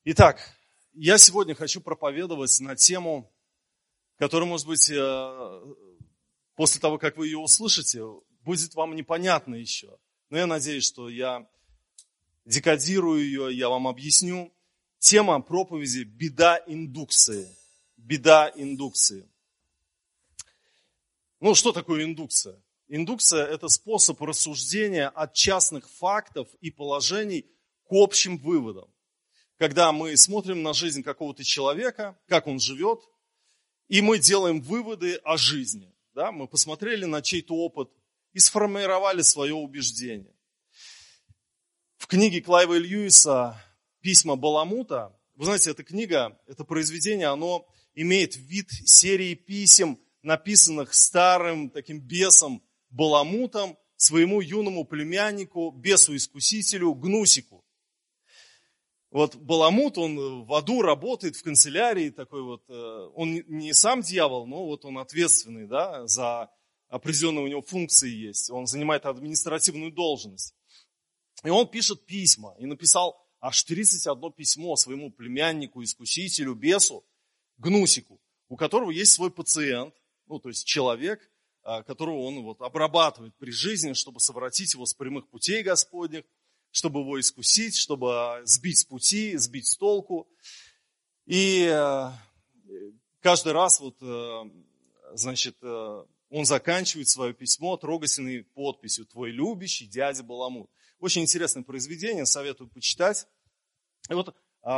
Итак, я сегодня хочу проповедовать на тему, которая, может быть, после того, как вы ее услышите, будет вам непонятна еще. Но я надеюсь, что я декодирую ее, я вам объясню. Тема проповеди «Беда индукции». Беда индукции. Ну, что такое индукция? Индукция – это способ рассуждения от частных фактов и положений к общим выводам. Когда мы смотрим на жизнь какого-то человека, как он живет, и мы делаем выводы о жизни. Да? Мы посмотрели на чей-то опыт и сформировали свое убеждение. В книге Клайва Льюиса «Письма Баламута», вы знаете, эта книга, это произведение, оно имеет вид серии писем, написанных старым таким бесом Баламутом своему юному племяннику, бесу-искусителю Гнусику. Вот Баламут, он в аду работает в канцелярии, такой вот, он не сам дьявол, но вот он ответственный, да, за определенные у него функции есть, он занимает административную должность. И он пишет письма, и написал аж 31 письмо своему племяннику, искусителю, бесу, Гнусику, у которого есть свой пациент, ну, то есть человек, которого он вот обрабатывает при жизни, чтобы совратить его с прямых путей Господних, чтобы его искусить, чтобы сбить с пути, сбить с толку. И каждый раз вот, значит, он заканчивает свое письмо трогательной подписью «Твой любящий дядя Баламут». Очень интересное произведение, советую почитать. И вот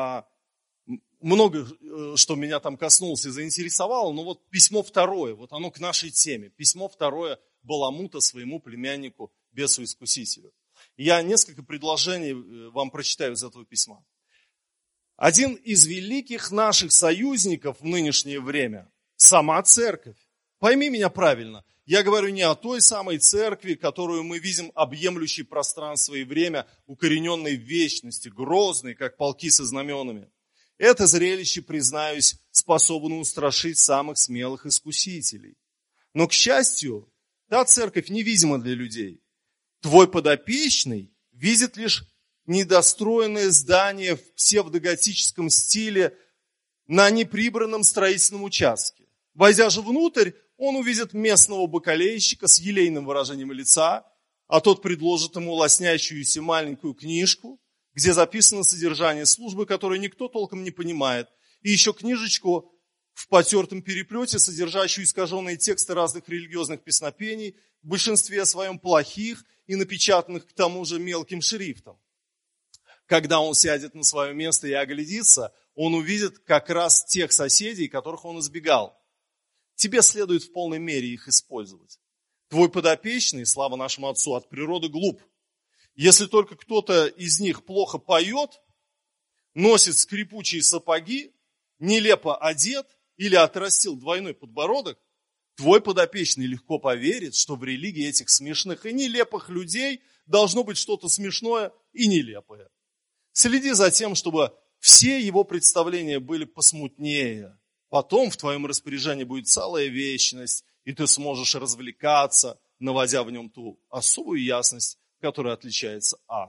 много что меня там коснулось и заинтересовало, но вот письмо второе, вот оно к нашей теме. Письмо второе Баламута своему племяннику, бесу-искусителю. Я несколько предложений вам прочитаю из этого письма. Один из великих наших союзников в нынешнее время – сама церковь. Пойми меня правильно, я говорю не о той самой церкви, которую мы видим объемлющей пространство и время, укорененной в вечности, грозной, как полки со знаменами. Это зрелище, признаюсь, способно устрашить самых смелых искусителей. Но, к счастью, та церковь невидима для людей. Твой подопечный видит лишь недостроенное здание в псевдоготическом стиле на неприбранном строительном участке. Войдя же внутрь, он увидит местного бакалейщика с елейным выражением лица, а тот предложит ему лоснящуюся маленькую книжку, где записано содержание службы, которое никто толком не понимает, и еще книжечку в потертом переплете, содержащую искаженные тексты разных религиозных песнопений, в большинстве своем плохих и напечатанных к тому же мелким шрифтом. Когда он сядет на свое место и оглядится, он увидит как раз тех соседей, которых он избегал. Тебе следует в полной мере их использовать. Твой подопечный, слава нашему Отцу, от природы глуп. Если только кто-то из них плохо поет, носит скрипучие сапоги, нелепо одет или отрастил двойной подбородок, твой подопечный легко поверит, что в религии этих смешных и нелепых людей должно быть что-то смешное и нелепое. Следи за тем, чтобы все его представления были посмутнее. Потом в твоем распоряжении будет целая вечность, и ты сможешь развлекаться, наводя в нем ту особую ясность, которая отличается ад.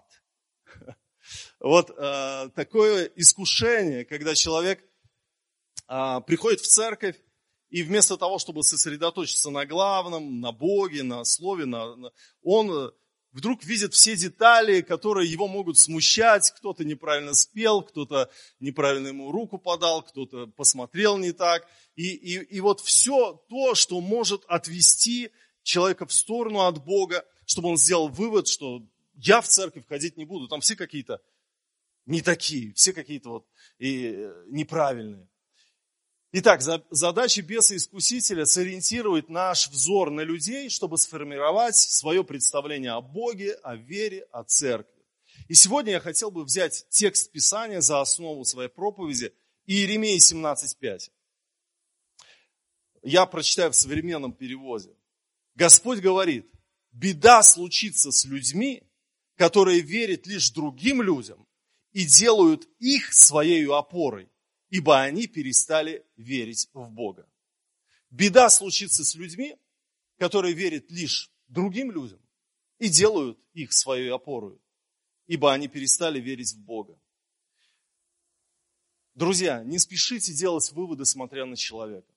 Вот такое искушение, когда человек приходит в церковь, и вместо того, чтобы сосредоточиться на главном, на Боге, на Слове, он вдруг видит все детали, которые его могут смущать. Кто-то неправильно спел, кто-то неправильно ему руку подал, кто-то посмотрел не так. И вот все то, что может отвести человека в сторону от Бога, чтобы он сделал вывод, что я в церковь ходить не буду. Там все какие-то не такие, все какие-то вот и неправильные. Итак, задача беса-искусителя сориентировать наш взор на людей, чтобы сформировать свое представление о Боге, о вере, о церкви. И сегодня я хотел бы взять текст Писания за основу своей проповеди Иеремии 17:5. Я прочитаю в современном переводе. Господь говорит: беда случится с людьми, которые верят лишь другим людям и делают их своей опорой, ибо они перестали верить в Бога. Беда случится с людьми, которые верят лишь другим людям и делают их своей опорой, ибо они перестали верить в Бога. Друзья, не спешите делать выводы, смотря на человека.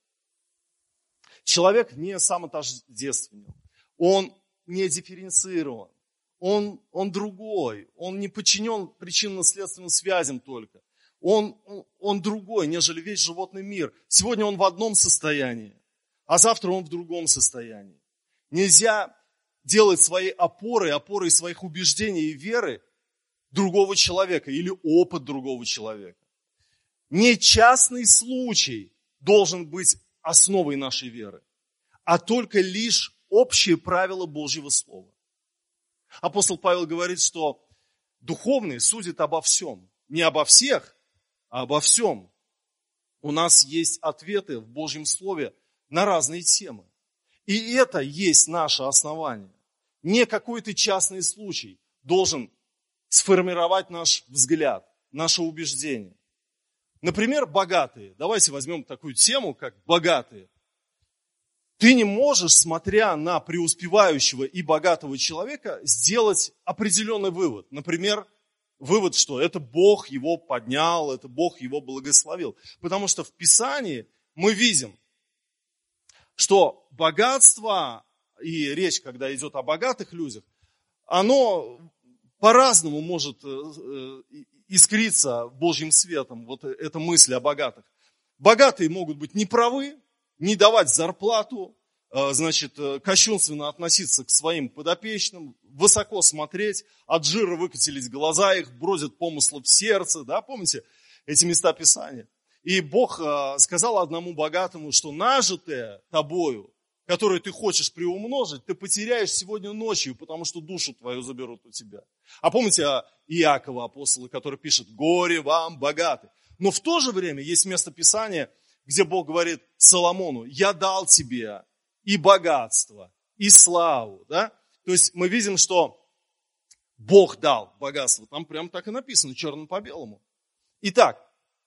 Человек не самотождественен, он не дифференцирован, он другой, он не подчинен причинно-следственным связям только. Он другой, нежели весь животный мир. Сегодня он в одном состоянии, а завтра он в другом состоянии. Нельзя делать своей опорой своих убеждений и веры другого человека или опыт другого человека. Не частный случай должен быть основой нашей веры, а только лишь общие правила Божьего Слова. Апостол Павел говорит, что духовный судит обо всем. Не обо всех, а обо всем. У нас есть ответы в Божьем Слове на разные темы. И это есть наше основание. Не какой-то частный случай должен сформировать наш взгляд, наше убеждение. Например, богатые. Давайте возьмем такую тему, как богатые. Ты не можешь, смотря на преуспевающего и богатого человека, сделать определенный вывод. Например, вывод, что это Бог его поднял, это Бог его благословил. Потому что в Писании мы видим, что богатство, и речь, когда идет о богатых людях, оно по-разному может искриться Божьим светом, вот эта мысль о богатых. Богатые могут быть неправы, не давать зарплату, кощунственно относиться к своим подопечным, высоко смотреть, от жира выкатились глаза их, бродят помыслы в сердце, да, помните эти места Писания? И Бог сказал одному богатому, что нажитое тобою, которое ты хочешь приумножить, ты потеряешь сегодня ночью, потому что душу твою заберут у тебя. А помните Иакова, апостола, который пишет: «Горе вам, богаты». Но в то же время есть место Писания, где Бог говорит Соломону: «Я дал тебе и богатство, и славу». Да? То есть мы видим, что Бог дал богатство. Там прям так и написано, черным по белому. Итак,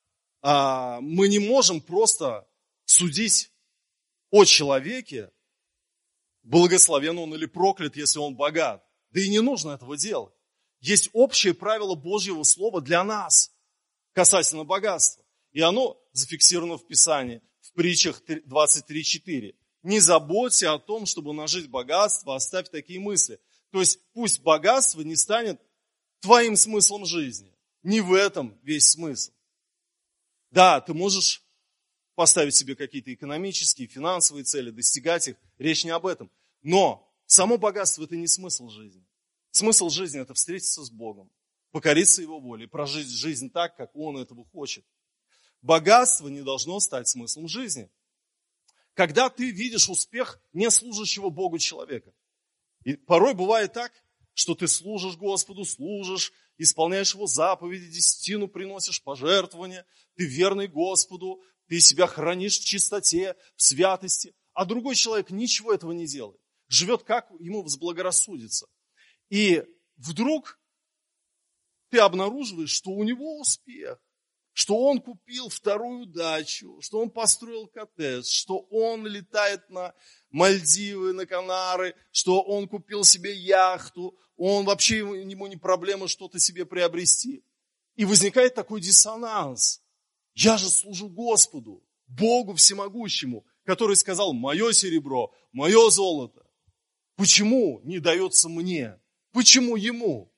мы не можем просто судить о человеке, благословен он или проклят, если он богат. Да и не нужно этого делать. Есть общее правило Божьего Слова для нас касательно богатства. И оно зафиксировано в Писании, в притчах 23:4. Не заботься о том, чтобы нажить богатство, оставь такие мысли. То есть пусть богатство не станет твоим смыслом жизни. Не в этом весь смысл. Да, ты можешь поставить себе какие-то экономические, финансовые цели, достигать их, речь не об этом. Но само богатство – это не смысл жизни. Смысл жизни – это встретиться с Богом, покориться Его воле и прожить жизнь так, как Он этого хочет. Богатство не должно стать смыслом жизни. Когда ты видишь успех не служащего Богу человека. И порой бывает так, что ты служишь Господу, служишь, исполняешь Его заповеди, десятину приносишь, пожертвования, ты верный Господу, ты себя хранишь в чистоте, в святости, а другой человек ничего этого не делает, живет как ему взблагорассудится. И вдруг ты обнаруживаешь, что у него успех, что он купил вторую дачу, что он построил коттедж, что он летает на Мальдивы, на Канары, что он купил себе яхту, он вообще ему не проблема что-то себе приобрести. И возникает такой диссонанс. Я же служу Господу, Богу всемогущему, который сказал: мое серебро, мое золото. Почему не дается мне? Почему ему?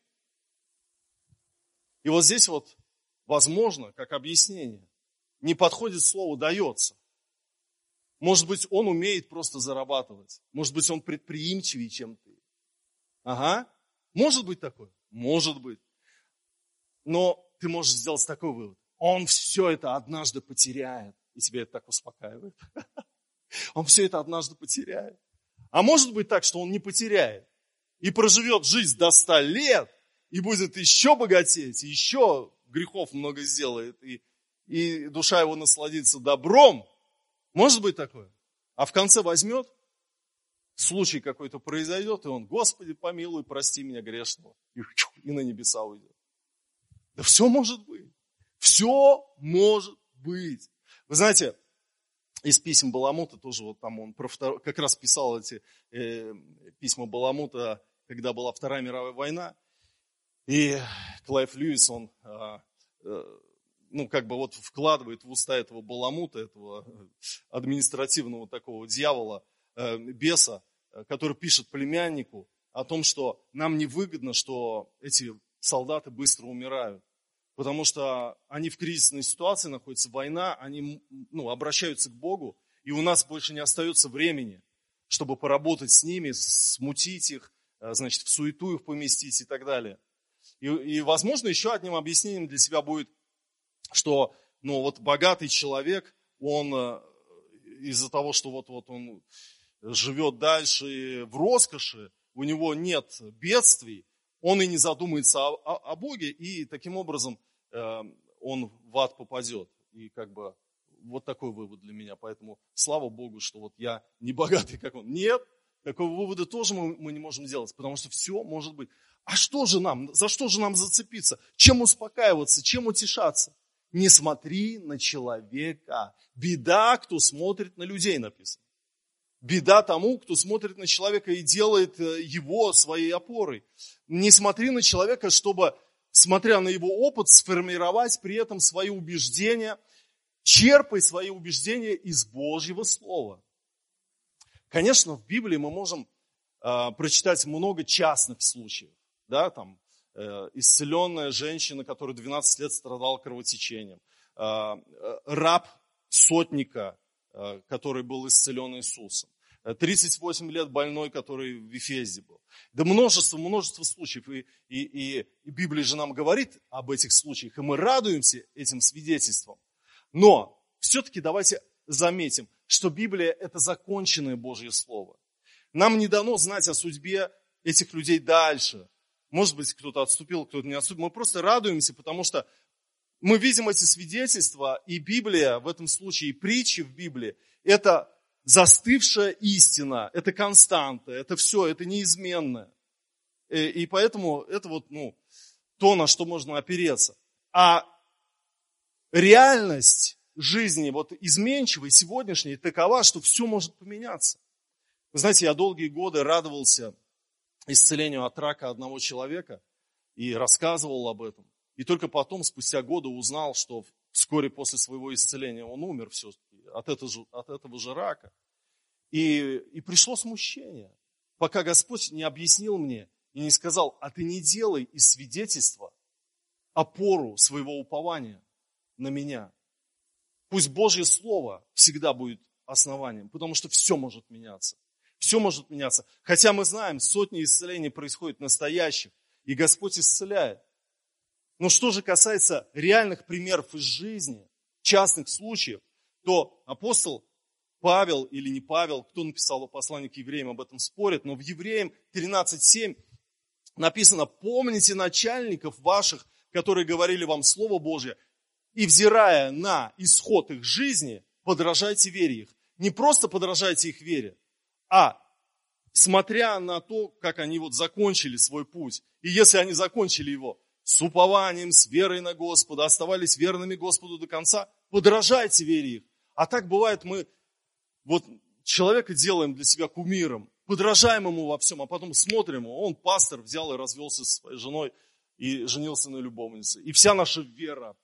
И вот здесь вот, возможно, как объяснение, не подходит слово «дается». Может быть, он умеет просто зарабатывать. Может быть, он предприимчивее, чем ты. Ага. Может быть такое? Может быть. Но ты можешь сделать такой вывод. Он все это однажды потеряет. И тебя это так успокаивает. Он все это однажды потеряет. А может быть так, что он не потеряет. И проживет жизнь до 100 лет. И будет еще богатеть. И еще грехов много сделает. И душа его насладится добром. Может быть такое? А в конце возьмет, случай какой-то произойдет, и он: Господи, помилуй, прости меня грешного. И на небеса уйдет. Да все может быть. Все может быть. Вы знаете, из писем Баламута, тоже вот там он как раз писал эти письма Баламута, когда была Вторая мировая война. И Клайв Льюис, он вот вкладывает в уста этого баламута, этого административного такого дьявола, беса, который пишет племяннику о том, что нам невыгодно, что эти солдаты быстро умирают, потому что они в кризисной ситуации находятся, война, они обращаются к Богу, и у нас больше не остается времени, чтобы поработать с ними, смутить их, значит, в суету их поместить и так далее. И возможно, еще одним объяснением для себя будет, что богатый человек, он из-за того, что он живет дальше в роскоши, у него нет бедствий, он и не задумается о Боге, и таким образом он в ад попадет. И вот такой вывод для меня. Поэтому слава Богу, что я не богатый, как он. Нет, такого вывода тоже мы не можем делать, потому что все может быть. А что же нам? За что же нам зацепиться? Чем успокаиваться? Чем утешаться? Не смотри на человека. Беда, кто смотрит на людей, написано. Беда тому, кто смотрит на человека и делает его своей опорой. Не смотри на человека, чтобы, смотря на его опыт, сформировать при этом свои убеждения. Черпай свои убеждения из Божьего Слова. Конечно, в Библии мы можем прочитать много частных случаев. Да, исцеленная женщина, которая 12 лет страдала кровотечением. Раб сотника, который был исцелен Иисусом. 38 лет больной, который в Ефезе был. Да множество случаев. И Библия же нам говорит об этих случаях, и мы радуемся этим свидетельствам. Но все-таки давайте заметим, что Библия – это законченное Божье Слово. Нам не дано знать о судьбе этих людей дальше. Может быть, кто-то отступил, кто-то не отступил. Мы просто радуемся, потому что мы видим эти свидетельства, и Библия в этом случае, и притчи в Библии – это застывшая истина, это константа, это все, это неизменное. И поэтому это то, на что можно опереться. А реальность жизни, изменчивой, сегодняшней, такова, что все может поменяться. Вы знаете, я долгие годы радовался исцелению от рака одного человека и рассказывал об этом. И только потом, спустя годы, узнал, что вскоре после своего исцеления он умер все-таки от этого же рака. И пришло смущение, пока Господь не объяснил мне и не сказал: а ты не делай из свидетельства опору своего упования на меня. Пусть Божье Слово всегда будет основанием, потому что все может меняться. Все может меняться. Хотя мы знаем, сотни исцелений происходит настоящих, и Господь исцеляет. Но что же касается реальных примеров из жизни, частных случаев, то апостол Павел или не Павел, кто написал послание к евреям, об этом спорят, но в Евреям 13:7 написано: помните начальников ваших, которые говорили вам Слово Божье, и, взирая на исход их жизни, подражайте вере их. Не просто подражайте их вере, а смотря на то, как они закончили свой путь. И если они закончили его с упованием, с верой на Господа, оставались верными Господу до конца, подражайте вере их. А так бывает, мы человека делаем для себя кумиром, подражаем ему во всем, а потом смотрим, он пастор, взял и развелся со своей женой и женился на любовнице. И вся наша вера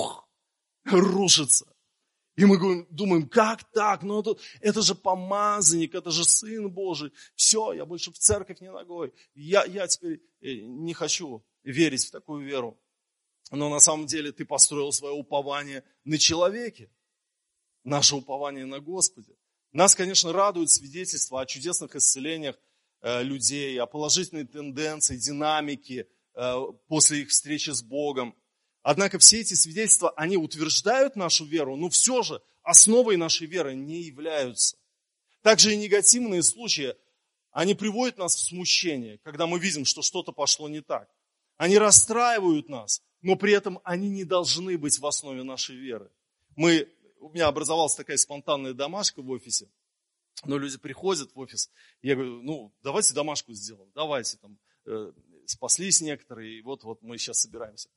рушится. И мы думаем, как так? Это же помазанник, это же Сын Божий. Все, я больше в церковь не ногой. Я теперь не хочу верить в такую веру. Но на самом деле ты построил свое упование на человеке. Наше упование на Господе. Нас, конечно, радует свидетельства о чудесных исцелениях людей, о положительной тенденции, динамике после их встречи с Богом. Однако все эти свидетельства, они утверждают нашу веру, но все же основой нашей веры не являются. Также и негативные случаи, они приводят нас в смущение, когда мы видим, что что-то пошло не так. Они расстраивают нас, но при этом они не должны быть в основе нашей веры. У меня образовалась такая спонтанная домашка в офисе, но люди приходят в офис, и я говорю, давайте домашку сделаем, давайте, спаслись некоторые, и вот мы сейчас собираемся.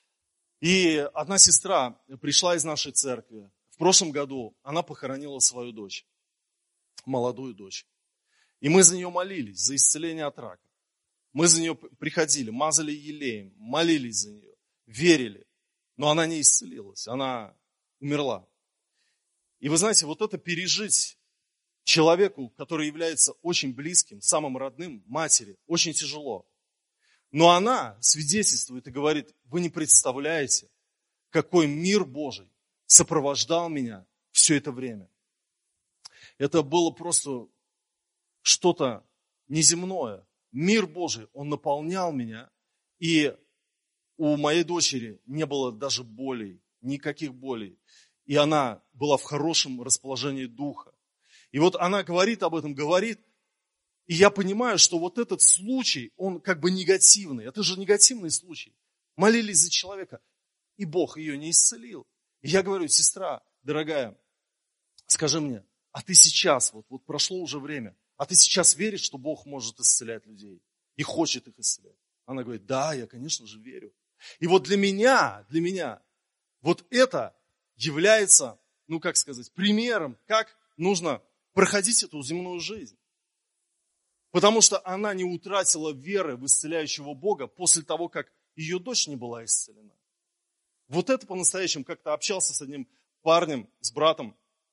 И одна сестра пришла из нашей церкви. В прошлом году она похоронила свою дочь, молодую дочь. И мы за нее молились, за исцеление от рака. Мы за нее приходили, мазали елеем, молились за нее, верили. Но она не исцелилась, она умерла. И вы знаете, вот это пережить человеку, который является очень близким, самым родным, матери, очень тяжело. Но она свидетельствует и говорит: вы не представляете, какой мир Божий сопровождал меня все это время. Это было просто что-то неземное. Мир Божий, он наполнял меня, и у моей дочери не было даже болей, никаких болей. И она была в хорошем расположении духа. И вот она говорит об этом, говорит, и я понимаю, что вот этот случай, он как бы негативный. Это же негативный случай. Молились за человека, и Бог ее не исцелил. И я говорю: сестра, дорогая, скажи мне, а ты сейчас, вот прошло уже время, а ты сейчас веришь, что Бог может исцелять людей и хочет их исцелять? Она говорит: да, я, конечно же, верю. И вот для меня, вот это является, примером, как нужно проходить эту земную жизнь. Потому что она не утратила веры в исцеляющего Бога после того, как ее дочь не была исцелена. Вот это по-настоящему. Как-то общался с одним парнем, с братом,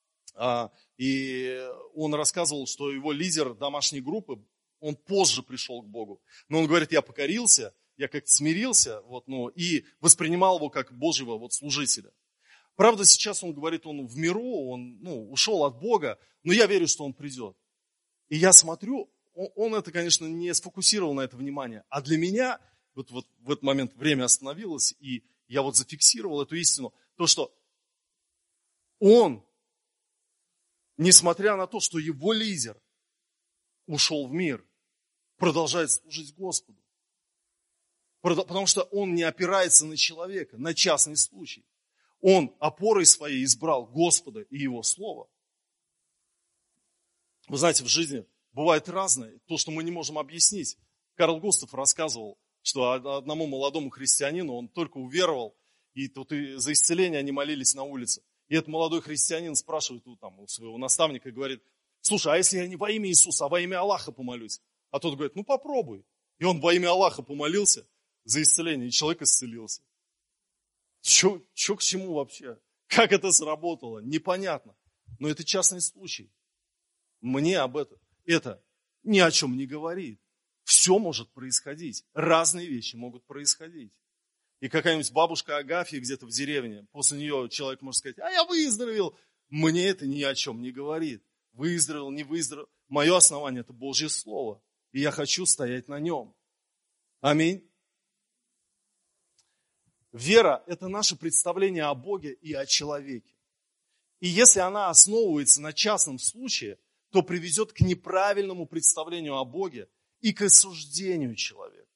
и он рассказывал, что его лидер домашней группы, он позже пришел к Богу. Но он говорит: я покорился, я как-то смирился, и воспринимал его как Божьего служителя. Правда, сейчас он говорит, он в миру, он ушел от Бога, но я верю, что он придет. И я смотрю, он это, конечно, не сфокусировал на это внимание, а для меня вот в этот момент время остановилось, и я зафиксировал эту истину, то, что он, несмотря на то, что его лидер ушел в мир, продолжает служить Господу. Потому что он не опирается на человека, на частный случай. Он опорой своей избрал Господа и Его Слово. Вы знаете, в жизни бывает разное, то, что мы не можем объяснить. Карл Густав рассказывал, что одному молодому христианину, он только уверовал, и за исцеление они молились на улице. И этот молодой христианин спрашивает у своего наставника и говорит: слушай, а если я не во имя Иисуса, а во имя Аллаха помолюсь? А тот говорит: попробуй. И он во имя Аллаха помолился за исцеление, и человек исцелился. Че к чему вообще? Как это сработало? Непонятно. Но это частный случай. Мне об этом это ни о чем не говорит. Все может происходить. Разные вещи могут происходить. И какая-нибудь бабушка Агафья где-то в деревне, после нее человек может сказать: а я выздоровел. Мне это ни о чем не говорит. Выздоровел, не выздоровел. Мое основание – это Божье Слово. И я хочу стоять на нем. Аминь. Вера – это наше представление о Боге и о человеке. И если она основывается на частном случае, то приведет к неправильному представлению о Боге и к осуждению человека.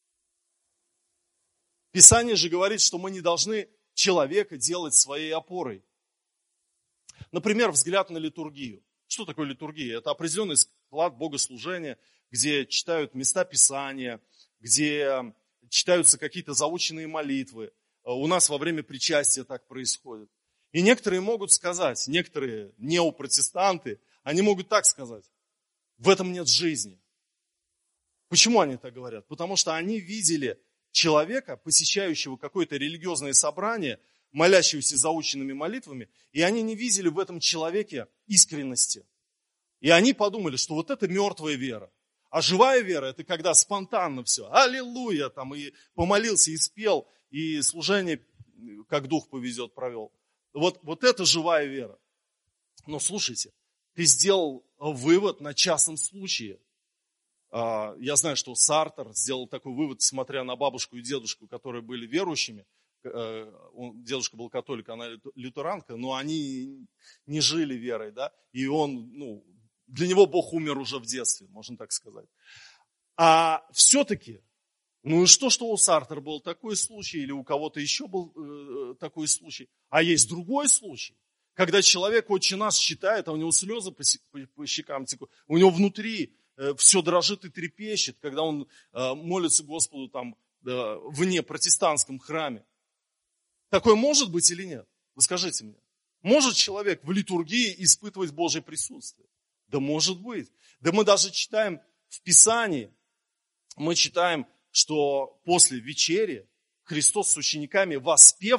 Писание же говорит, что мы не должны человека делать своей опорой. Например, взгляд на литургию. Что такое литургия? Это определенный склад богослужения, где читают места Писания, где читаются какие-то заученные молитвы. У нас во время причастия так происходит. И некоторые могут сказать, некоторые неопротестанты, они могут так сказать: в этом нет жизни. Почему они так говорят? Потому что они видели человека, посещающего какое-то религиозное собрание, молящегося заученными молитвами, и они не видели в этом человеке искренности. И они подумали, что вот это мертвая вера. А живая вера – это когда спонтанно все. Аллилуйя! И помолился, и спел, и служение, как Дух повезет, провел. Вот это живая вера. Но слушайте, ты сделал вывод на частном случае. Я знаю, что Сартр сделал такой вывод, смотря на бабушку и дедушку, которые были верующими. Дедушка был католик, она лютеранка, но они не жили верой, да, и он, для него Бог умер уже в детстве, можно так сказать. А все-таки, что у Сартра был такой случай, или у кого-то еще был такой случай, а есть другой случай, когда человек «Отче наш» читает, а у него слезы по щекам текут, у него внутри все дрожит и трепещет, когда он молится Господу вне протестантском храме. Такое может быть или нет? Вы скажите мне. Может человек в литургии испытывать Божье присутствие? Да может быть. Да мы даже читаем в Писании, мы читаем, что после вечери Христос с учениками, воспев,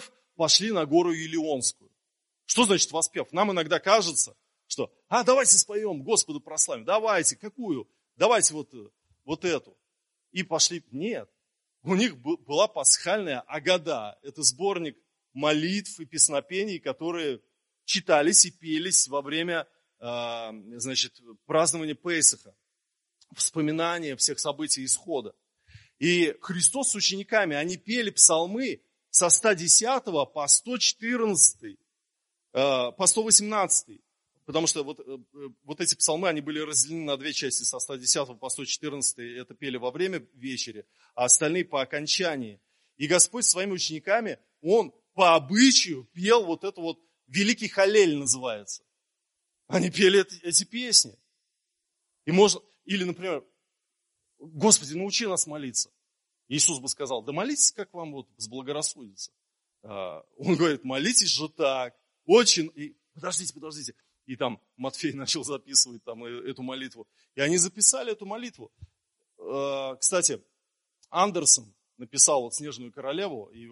пошли на гору Елеонскую. Что значит воспев? Нам иногда кажется, что, давайте споем, Господу прославим. Давайте, какую? Давайте вот эту. И пошли. Нет. У них была пасхальная Агада. Это сборник молитв и песнопений, которые читались и пелись во время, празднования Песаха. Вспоминания всех событий исхода. И Христос с учениками, они пели псалмы со 110 по 114, по 118. Потому что вот эти псалмы, они были разделены на две части, со 110 по 114, это пели во время вечери, а остальные по окончании. И Господь своими учениками, Он по обычаю пел вот это вот, Великий Халель называется. Они пели эти песни. Или, например, Господи, научи нас молиться. Иисус бы сказал, да молитесь, как вам заблагорассудится. Он говорит, молитесь же так, очень... Подождите. И там Матфей начал записывать там эту молитву. И они записали эту молитву. Кстати, Андерсон написал «Снежную королеву», и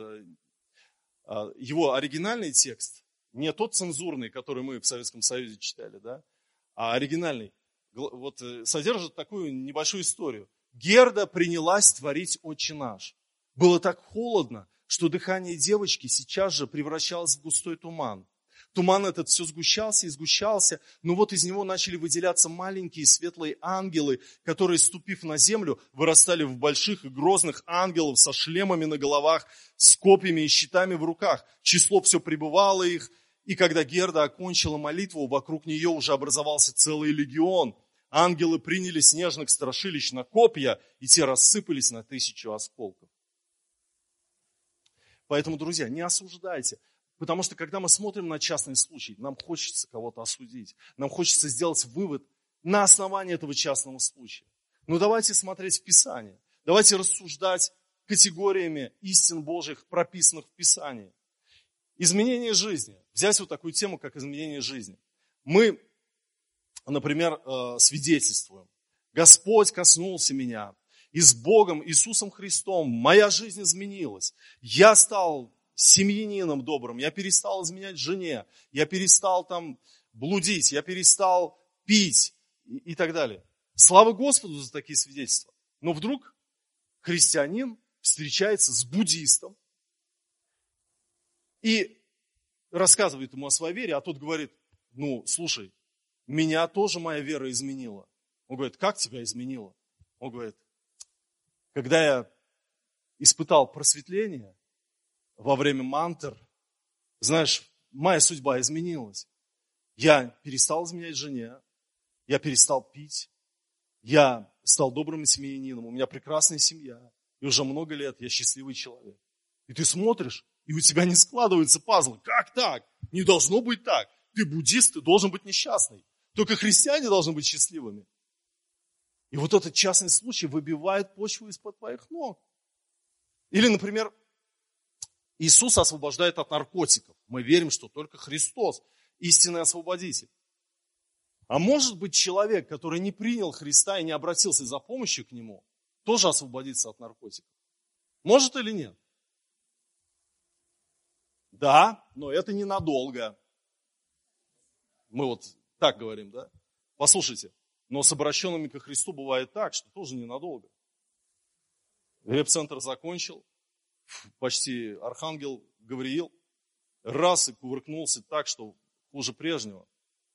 его оригинальный текст, не тот цензурный, который мы в Советском Союзе читали, да, а оригинальный, содержит такую небольшую историю. Герда принялась творить «Отче наш». Было так холодно, что дыхание девочки сейчас же превращалось в густой туман. Туман этот все сгущался и сгущался, но вот из него начали выделяться маленькие светлые ангелы, которые, ступив на землю, вырастали в больших и грозных ангелов со шлемами на головах, с копьями и щитами в руках. Число все прибывало их, и когда Герда окончила молитву, вокруг нее уже образовался целый легион. Ангелы приняли снежных страшилищ на копья, и те рассыпались на 1000 осколков. Поэтому, друзья, не осуждайте. Потому что, когда мы смотрим на частный случай, нам хочется кого-то осудить. Нам хочется сделать вывод на основании этого частного случая. Но давайте смотреть в Писание. Давайте рассуждать категориями истин Божьих, прописанных в Писании. Изменение жизни. Взять вот такую тему, как изменение жизни. Мы, например, свидетельствуем. Господь коснулся меня. И с Богом, Иисусом Христом, моя жизнь изменилась. Я стал семьянином добрым, я перестал изменять жене, я перестал там блудить, я перестал пить и так далее. Слава Господу за такие свидетельства. Но вдруг христианин встречается с буддистом и рассказывает ему о своей вере, а тот говорит, слушай, меня тоже моя вера изменила. Он говорит, как тебя изменила? Он говорит, когда я испытал просветление во время мантр, знаешь, моя судьба изменилась. Я перестал изменять жене, я перестал пить, я стал добрым семьянином, у меня прекрасная семья, и уже много лет я счастливый человек. И ты смотришь, и у тебя не складывается пазл. Как так? Не должно быть так. Ты буддист, ты должен быть несчастный. Только христиане должны быть счастливыми. И вот этот частный случай выбивает почву из-под твоих ног. Или, например, Иисус освобождает от наркотиков. Мы верим, что только Христос истинный освободитель. А может быть человек, который не принял Христа и не обратился за помощью к Нему, тоже освободится от наркотиков? Может или нет? Да, но это ненадолго. Мы вот так говорим, да? Послушайте, но с обращенными ко Христу бывает так, что тоже ненадолго. Репцентр закончил, почти архангел Гавриил раз и кувыркнулся так, что хуже прежнего.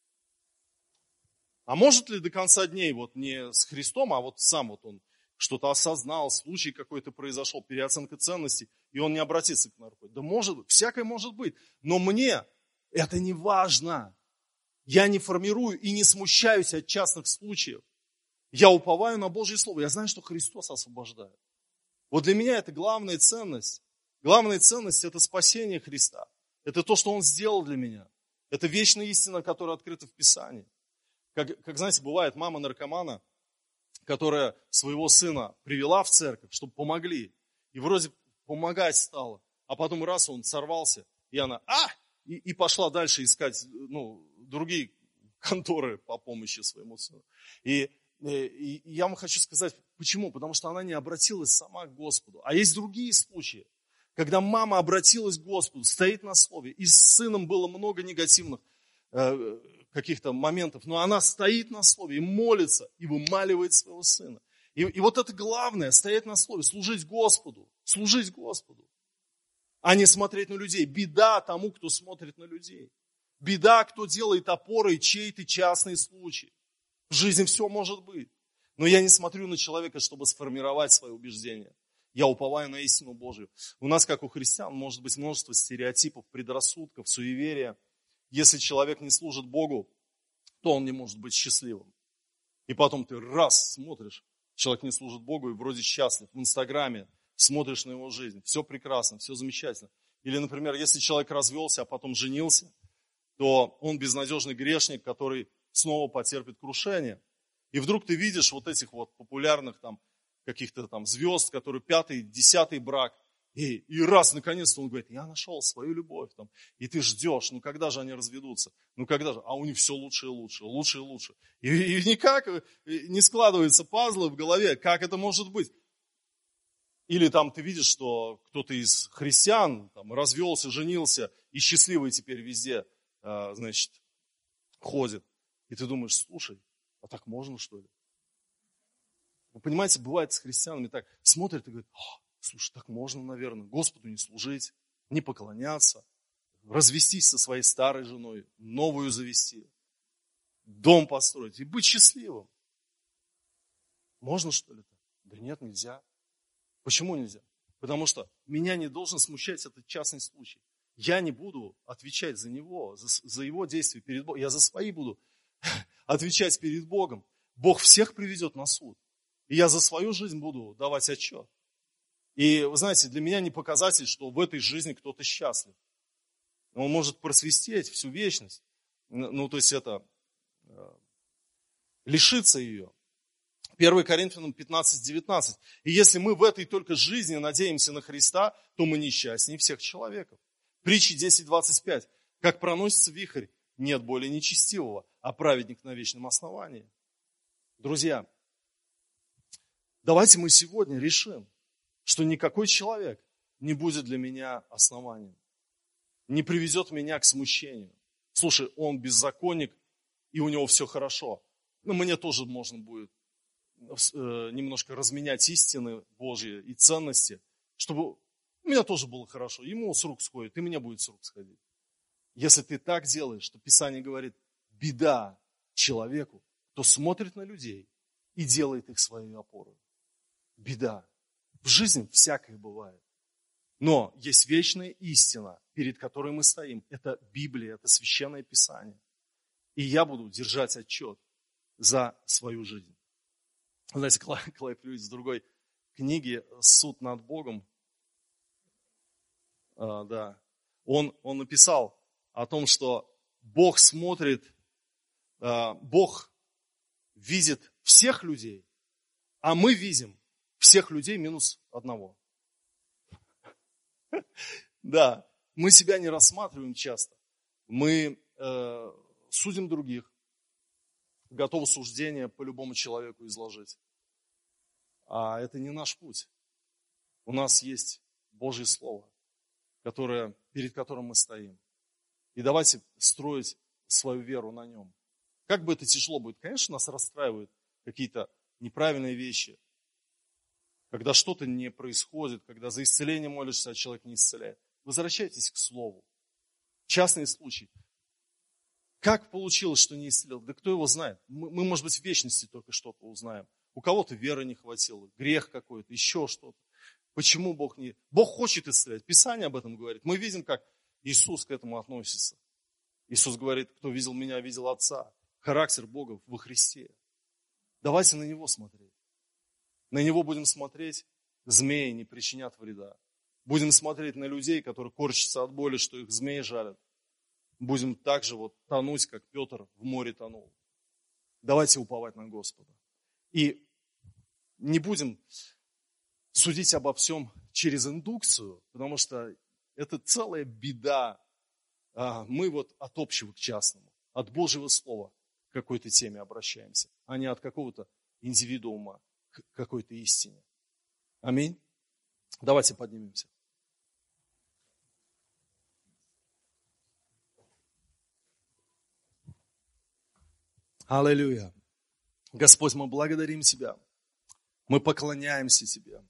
А может ли до конца дней, вот не с Христом, а вот сам вот он что-то осознал, случай какой-то произошел, переоценка ценностей, и он не обратится к наркотикам? Да может быть, всякое может быть, но мне это не важно. Я не формирую и не смущаюсь от частных случаев. Я уповаю на Божье Слово, я знаю, что Христос освобождает. Вот для меня это главная ценность. Главная ценность – это спасение Христа. Это то, что Он сделал для меня. Это вечная истина, которая открыта в Писании. Как знаете, бывает мама наркомана, которая своего сына привела в церковь, чтобы помогли. И вроде помогать стала. А потом раз он сорвался, и она и пошла дальше искать другие конторы по помощи своему сыну. И я вам хочу сказать, почему? Потому что она не обратилась сама к Господу. А есть другие случаи, Когда мама обратилась к Господу, стоит на слове, и с сыном было много негативных каких-то моментов, но она стоит на слове и молится, и вымаливает своего сына. И вот это главное, стоять на слове, служить Господу, а не смотреть на людей. Беда тому, кто смотрит на людей. Беда, кто делает опорой чей-то частный случай. В жизни все может быть. Но я не смотрю на человека, чтобы сформировать свои убеждения. Я уповаю на истину Божию. У нас, как у христиан, может быть множество стереотипов, предрассудков, суеверия. Если человек не служит Богу, то он не может быть счастливым. И потом ты раз смотришь, человек не служит Богу и вроде счастлив. В Инстаграме смотришь на его жизнь. Все прекрасно, все замечательно. Или, например, если человек развелся, а потом женился, то он безнадежный грешник, который снова потерпит крушение. И вдруг ты видишь вот этих вот популярных там каких-то там звезд, которые 5-й, 10-й брак. И раз, наконец-то он говорит, я нашел свою любовь. Там. И ты ждешь, ну когда же они разведутся? Ну когда же? А у них все лучше и лучше, лучше и лучше. И никак не складываются пазлы в голове, как это может быть. Или там ты видишь, что кто-то из христиан там, развелся, женился и счастливый теперь везде, значит, ходит. И ты думаешь, слушай, а так можно что ли? Вы понимаете, бывает с христианами так, смотрят и говорят, слушай, так можно, наверное, Господу не служить, не поклоняться, развестись со своей старой женой, новую завести, дом построить и быть счастливым. Можно что ли так? Да нет, нельзя. Почему нельзя? Потому что меня не должен смущать этот частный случай. Я не буду отвечать за него, за его действия перед Богом. Я за свои буду отвечать перед Богом. Бог всех приведет на суд. И я за свою жизнь буду давать отчет. И вы знаете, для меня не показатель, что в этой жизни кто-то счастлив. Он может просвистеть всю вечность. Ну, то есть это лишиться ее. 1 Коринфянам 15:19. И если мы в этой только жизни надеемся на Христа, то мы несчастнее всех человеков. Притчи 10:25. Как проносится вихрь, нет более нечестивого, а праведник на вечном основании. Друзья, давайте мы сегодня решим, что никакой человек не будет для меня основанием, не приведет меня к смущению. Слушай, он беззаконник, и у него все хорошо. Но мне тоже можно будет немножко разменять истины Божьи и ценности, чтобы у меня тоже было хорошо. Ему с рук сходит, и мне будет с рук сходить. Если ты так делаешь, то Писание говорит, беда человеку, кто смотрит на людей и делает их своей опорой. Беда. В жизни всякое бывает. Но есть вечная истина, перед которой мы стоим. Это Библия, это Священное Писание. И я буду держать отчет за свою жизнь. Знаете, Клайв Льюис в другой книге «Суд над Богом», он написал о том, что Бог смотрит, Бог видит всех людей, а мы видим всех людей минус одного. Да, мы себя не рассматриваем часто. Мы судим других, готовы суждения по любому человеку изложить. А это не наш путь. У нас есть Божье Слово, перед которым мы стоим. И давайте строить свою веру на нем. Как бы это тяжело будет, конечно, нас расстраивают какие-то неправильные вещи. Когда что-то не происходит, когда за исцеление молишься, а человек не исцеляет. Возвращайтесь к Слову. Частный случай. Как получилось, что не исцелил? Да кто его знает? Мы, может быть, в вечности только что-то узнаем. У кого-то веры не хватило, грех какой-то, еще что-то. Почему Бог не... Бог хочет исцелять. Писание об этом говорит. Мы видим, как Иисус к этому относится. Иисус говорит, кто видел меня, видел Отца. Характер Бога во Христе. Давайте на Него смотреть. На Него будем смотреть, змеи не причинят вреда. Будем смотреть на людей, которые корчатся от боли, что их змеи жалят. Будем также тонуть, как Петр в море тонул. Давайте уповать на Господа. И не будем судить обо всем через индукцию, потому что это целая беда. Мы от общего к частному, от Божьего Слова к какой-то теме обращаемся, а не от какого-то индивидуума к какой-то истине. Аминь. Давайте поднимемся. Аллилуйя. Господь, мы благодарим Тебя. Мы поклоняемся Тебе.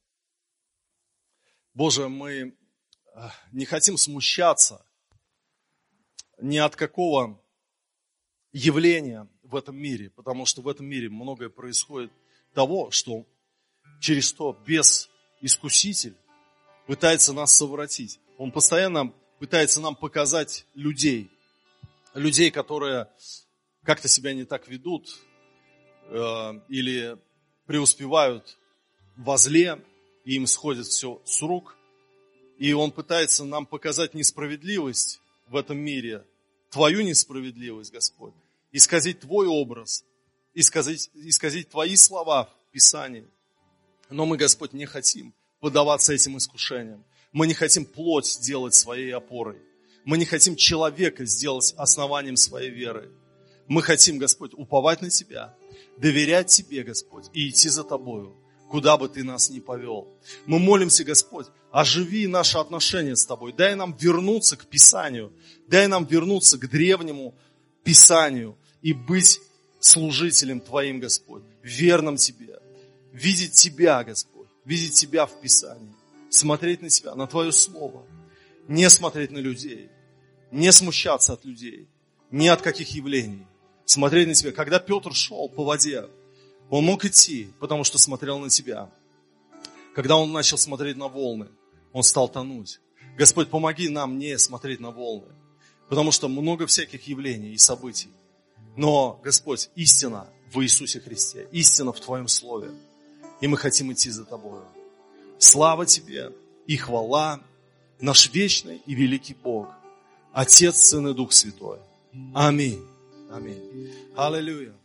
Боже, мы не хотим смущаться ни от какого явления в этом мире, потому что в этом мире многое происходит того, что через то бес-искуситель пытается нас совратить. Он постоянно пытается нам показать людей, которые как-то себя не так ведут или преуспевают во зле, и им сходит все с рук. И он пытается нам показать несправедливость в этом мире, Твою несправедливость, Господь, исказить Твой образ, исказить Твои слова в Писании. Но мы, Господь, не хотим поддаваться этим искушениям. Мы не хотим плоть сделать своей опорой. Мы не хотим человека сделать основанием своей веры. Мы хотим, Господь, уповать на Тебя, доверять Тебе, Господь, и идти за Тобою, куда бы Ты нас ни повел. Мы молимся, Господь, оживи наши отношения с Тобой. Дай нам вернуться к Писанию. Дай нам вернуться к древнему Писанию и быть служителем Твоим, Господь, верным Тебе. Видеть Тебя, Господь, видеть Тебя в Писании. Смотреть на Тебя, на Твое Слово. Не смотреть на людей. Не смущаться от людей. Ни от каких явлений. Смотреть на Тебя. Когда Петр шел по воде, он мог идти, потому что смотрел на Тебя. Когда он начал смотреть на волны, он стал тонуть. Господь, помоги нам не смотреть на волны, потому что много всяких явлений и событий. Но, Господь, истина в Иисусе Христе, истина в Твоем Слове. И мы хотим идти за Тобою. Слава Тебе и хвала, наш вечный и великий Бог, Отец, Сын и Дух Святой. Аминь. Аминь. Аллилуйя.